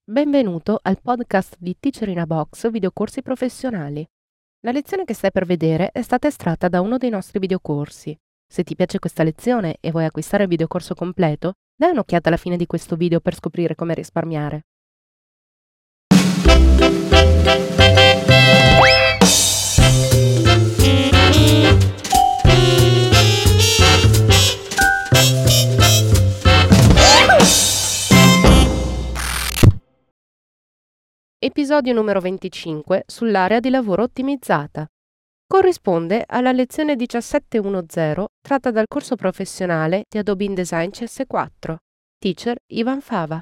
Benvenuto al podcast di Teacher in a Box videocorsi professionali. La lezione che stai per vedere è stata estratta da uno dei nostri videocorsi. Se ti piace questa lezione e vuoi acquistare il videocorso completo, dai un'occhiata alla fine di questo video per scoprire come risparmiare. Episodio numero 25 sull'area di lavoro ottimizzata. Corrisponde alla lezione 1710 tratta dal corso professionale di Adobe InDesign CS4. Teacher Ivan Fava.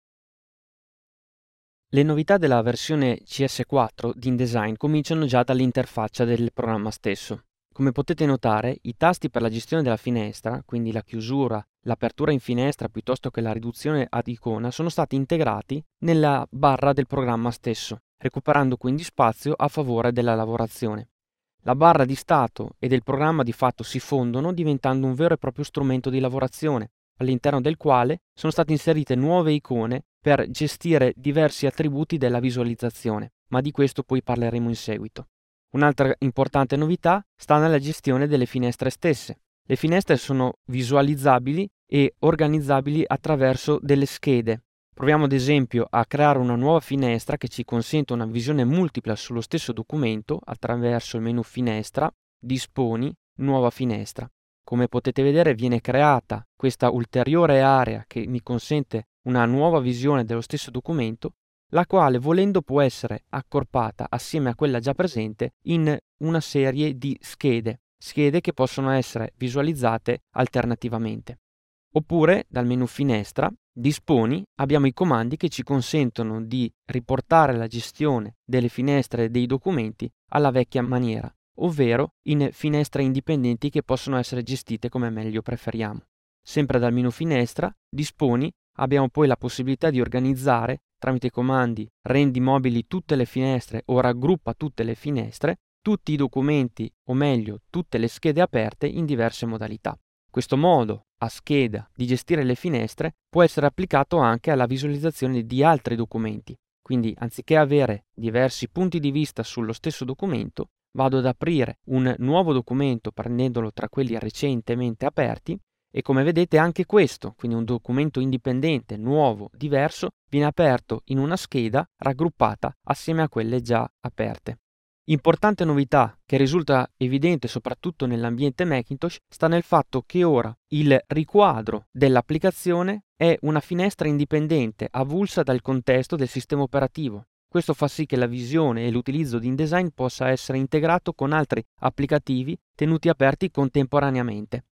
Le novità della versione CS4 di InDesign cominciano già dall'interfaccia del programma stesso. Come potete notare, i tasti per la gestione della finestra, quindi la chiusura, l'apertura in finestra piuttosto che la riduzione ad icona, sono stati integrati nella barra del programma stesso, recuperando quindi spazio a favore della lavorazione. La barra di stato e del programma di fatto si fondono diventando un vero e proprio strumento di lavorazione, all'interno del quale sono state inserite nuove icone per gestire diversi attributi della visualizzazione, ma di questo poi parleremo in seguito. Un'altra importante novità sta nella gestione delle finestre stesse. Le finestre sono visualizzabili e organizzabili attraverso delle schede. Proviamo ad esempio a creare una nuova finestra che ci consente una visione multipla sullo stesso documento attraverso il menu Finestra, Disponi, Nuova finestra. Come potete vedere viene creata questa ulteriore area che mi consente una nuova visione dello stesso documento, la quale volendo può essere accorpata assieme a quella già presente in una serie di schede che possono essere visualizzate alternativamente. Oppure dal menu Finestra, Disponi, abbiamo i comandi che ci consentono di riportare la gestione delle finestre e dei documenti alla vecchia maniera, ovvero in finestre indipendenti che possono essere gestite come meglio preferiamo. Sempre dal menu Finestra, Disponi, abbiamo poi la possibilità di organizzare tramite i comandi rendi mobili tutte le finestre o raggruppa tutte le finestre, tutti i documenti o meglio tutte le schede aperte in diverse modalità. Questo modo a scheda di gestire le finestre può essere applicato anche alla visualizzazione di altri documenti. Quindi anziché avere diversi punti di vista sullo stesso documento, vado ad aprire un nuovo documento prendendolo tra quelli recentemente aperti e come vedete anche questo, quindi un documento indipendente, nuovo, diverso, viene aperto in una scheda raggruppata assieme a quelle già aperte. Importante novità che risulta evidente soprattutto nell'ambiente Macintosh sta nel fatto che ora il riquadro dell'applicazione è una finestra indipendente avulsa dal contesto del sistema operativo. Questo fa sì che la visione e l'utilizzo di InDesign possa essere integrato con altri applicativi tenuti aperti contemporaneamente.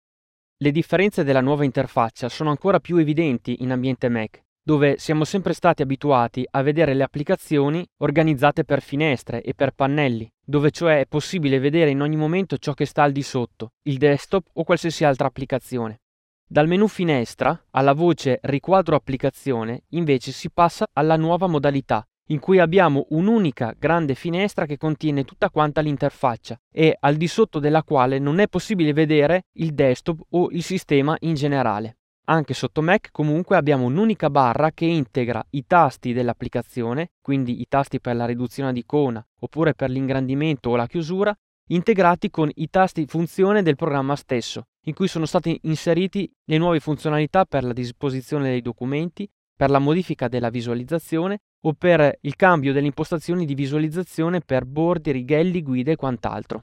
Le differenze della nuova interfaccia sono ancora più evidenti in ambiente Mac, dove siamo sempre stati abituati a vedere le applicazioni organizzate per finestre e per pannelli, dove cioè è possibile vedere in ogni momento ciò che sta al di sotto, il desktop o qualsiasi altra applicazione. Dal menu Finestra alla voce Riquadro applicazione invece si passa alla nuova modalità, in cui abbiamo un'unica grande finestra che contiene tutta quanta l'interfaccia e al di sotto della quale non è possibile vedere il desktop o il sistema in generale. Anche sotto Mac comunque abbiamo un'unica barra che integra i tasti dell'applicazione, quindi i tasti per la riduzione di icona oppure per l'ingrandimento o la chiusura, integrati con i tasti funzione del programma stesso, in cui sono stati inseriti le nuove funzionalità per la disposizione dei documenti, per la modifica della visualizzazione o per il cambio delle impostazioni di visualizzazione per bordi, righelli, guide e quant'altro.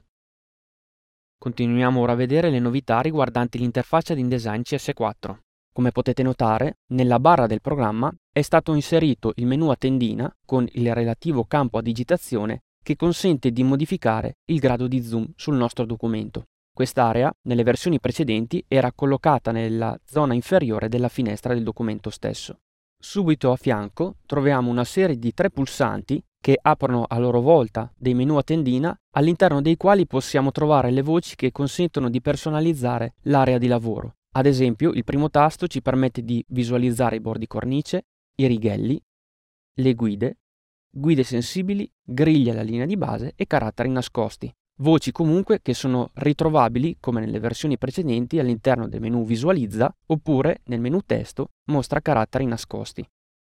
Continuiamo ora a vedere le novità riguardanti l'interfaccia di InDesign CS4. Come potete notare, nella barra del programma è stato inserito il menu a tendina con il relativo campo a digitazione che consente di modificare il grado di zoom sul nostro documento. Quest'area, nelle versioni precedenti, era collocata nella zona inferiore della finestra del documento stesso. Subito a fianco troviamo una serie di 3 pulsanti che aprono a loro volta dei menu a tendina all'interno dei quali possiamo trovare le voci che consentono di personalizzare l'area di lavoro. Ad esempio, il primo tasto ci permette di visualizzare i bordi cornice, i righelli, le guide, guide sensibili, griglie alla linea di base e caratteri nascosti. Voci comunque che sono ritrovabili, come nelle versioni precedenti, all'interno del menu Visualizza oppure nel menu Testo Mostra caratteri nascosti.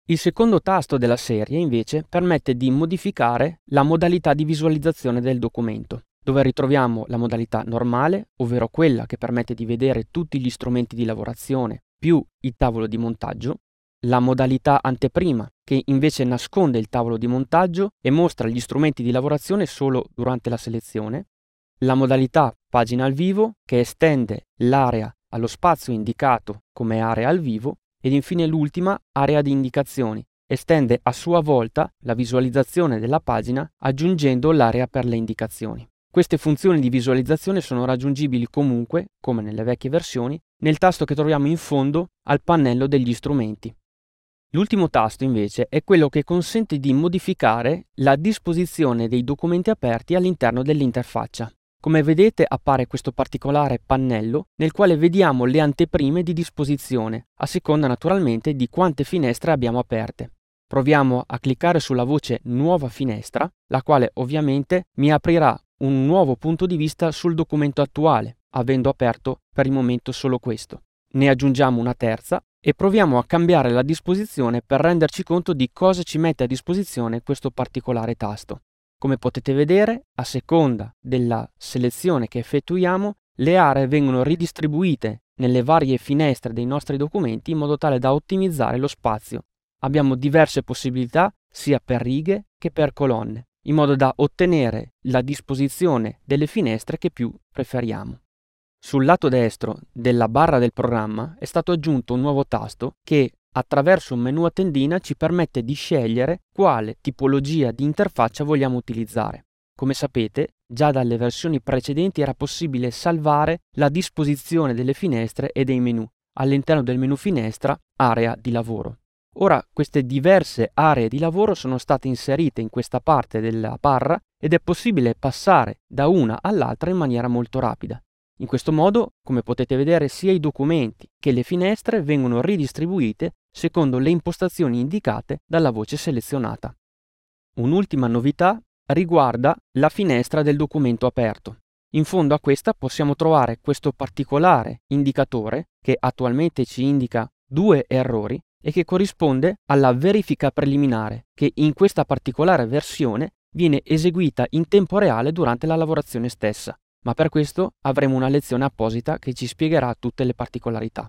Il secondo tasto della serie, invece, permette di modificare la modalità di visualizzazione del documento, dove ritroviamo la modalità normale, ovvero quella che permette di vedere tutti gli strumenti di lavorazione più il tavolo di montaggio, la modalità anteprima, che invece nasconde il tavolo di montaggio e mostra gli strumenti di lavorazione solo durante la selezione, la modalità pagina al vivo, che estende l'area allo spazio indicato come area al vivo, ed infine l'ultima, area di indicazioni, estende a sua volta la visualizzazione della pagina aggiungendo l'area per le indicazioni. Queste funzioni di visualizzazione sono raggiungibili comunque, come nelle vecchie versioni, nel tasto che troviamo in fondo al pannello degli strumenti. L'ultimo tasto invece è quello che consente di modificare la disposizione dei documenti aperti all'interno dell'interfaccia. Come vedete appare questo particolare pannello nel quale vediamo le anteprime di disposizione, a seconda naturalmente di quante finestre abbiamo aperte. Proviamo a cliccare sulla voce Nuova finestra, la quale ovviamente mi aprirà un nuovo punto di vista sul documento attuale, avendo aperto per il momento solo questo. Ne aggiungiamo una terza e proviamo a cambiare la disposizione per renderci conto di cosa ci mette a disposizione questo particolare tasto. Come potete vedere, a seconda della selezione che effettuiamo, le aree vengono ridistribuite nelle varie finestre dei nostri documenti in modo tale da ottimizzare lo spazio. Abbiamo diverse possibilità sia per righe che per colonne, in modo da ottenere la disposizione delle finestre che più preferiamo. Sul lato destro della barra del programma è stato aggiunto un nuovo tasto che, attraverso un menu a tendina, ci permette di scegliere quale tipologia di interfaccia vogliamo utilizzare. Come sapete, già dalle versioni precedenti era possibile salvare la disposizione delle finestre e dei menu all'interno del menu finestra area di lavoro. Ora queste diverse aree di lavoro sono state inserite in questa parte della barra ed è possibile passare da una all'altra in maniera molto rapida. In questo modo, come potete vedere, sia i documenti che le finestre vengono ridistribuite secondo le impostazioni indicate dalla voce selezionata. Un'ultima novità riguarda la finestra del documento aperto. In fondo a questa possiamo trovare questo particolare indicatore che attualmente ci indica 2 errori e che corrisponde alla verifica preliminare che in questa particolare versione viene eseguita in tempo reale durante la lavorazione stessa, ma per questo avremo una lezione apposita che ci spiegherà tutte le particolarità.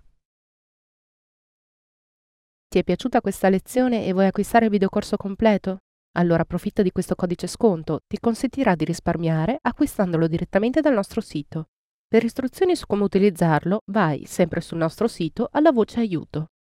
Ti è piaciuta questa lezione e vuoi acquistare il videocorso completo? Allora approfitta di questo codice sconto, ti consentirà di risparmiare acquistandolo direttamente dal nostro sito. Per istruzioni su come utilizzarlo, vai sempre sul nostro sito alla voce aiuto.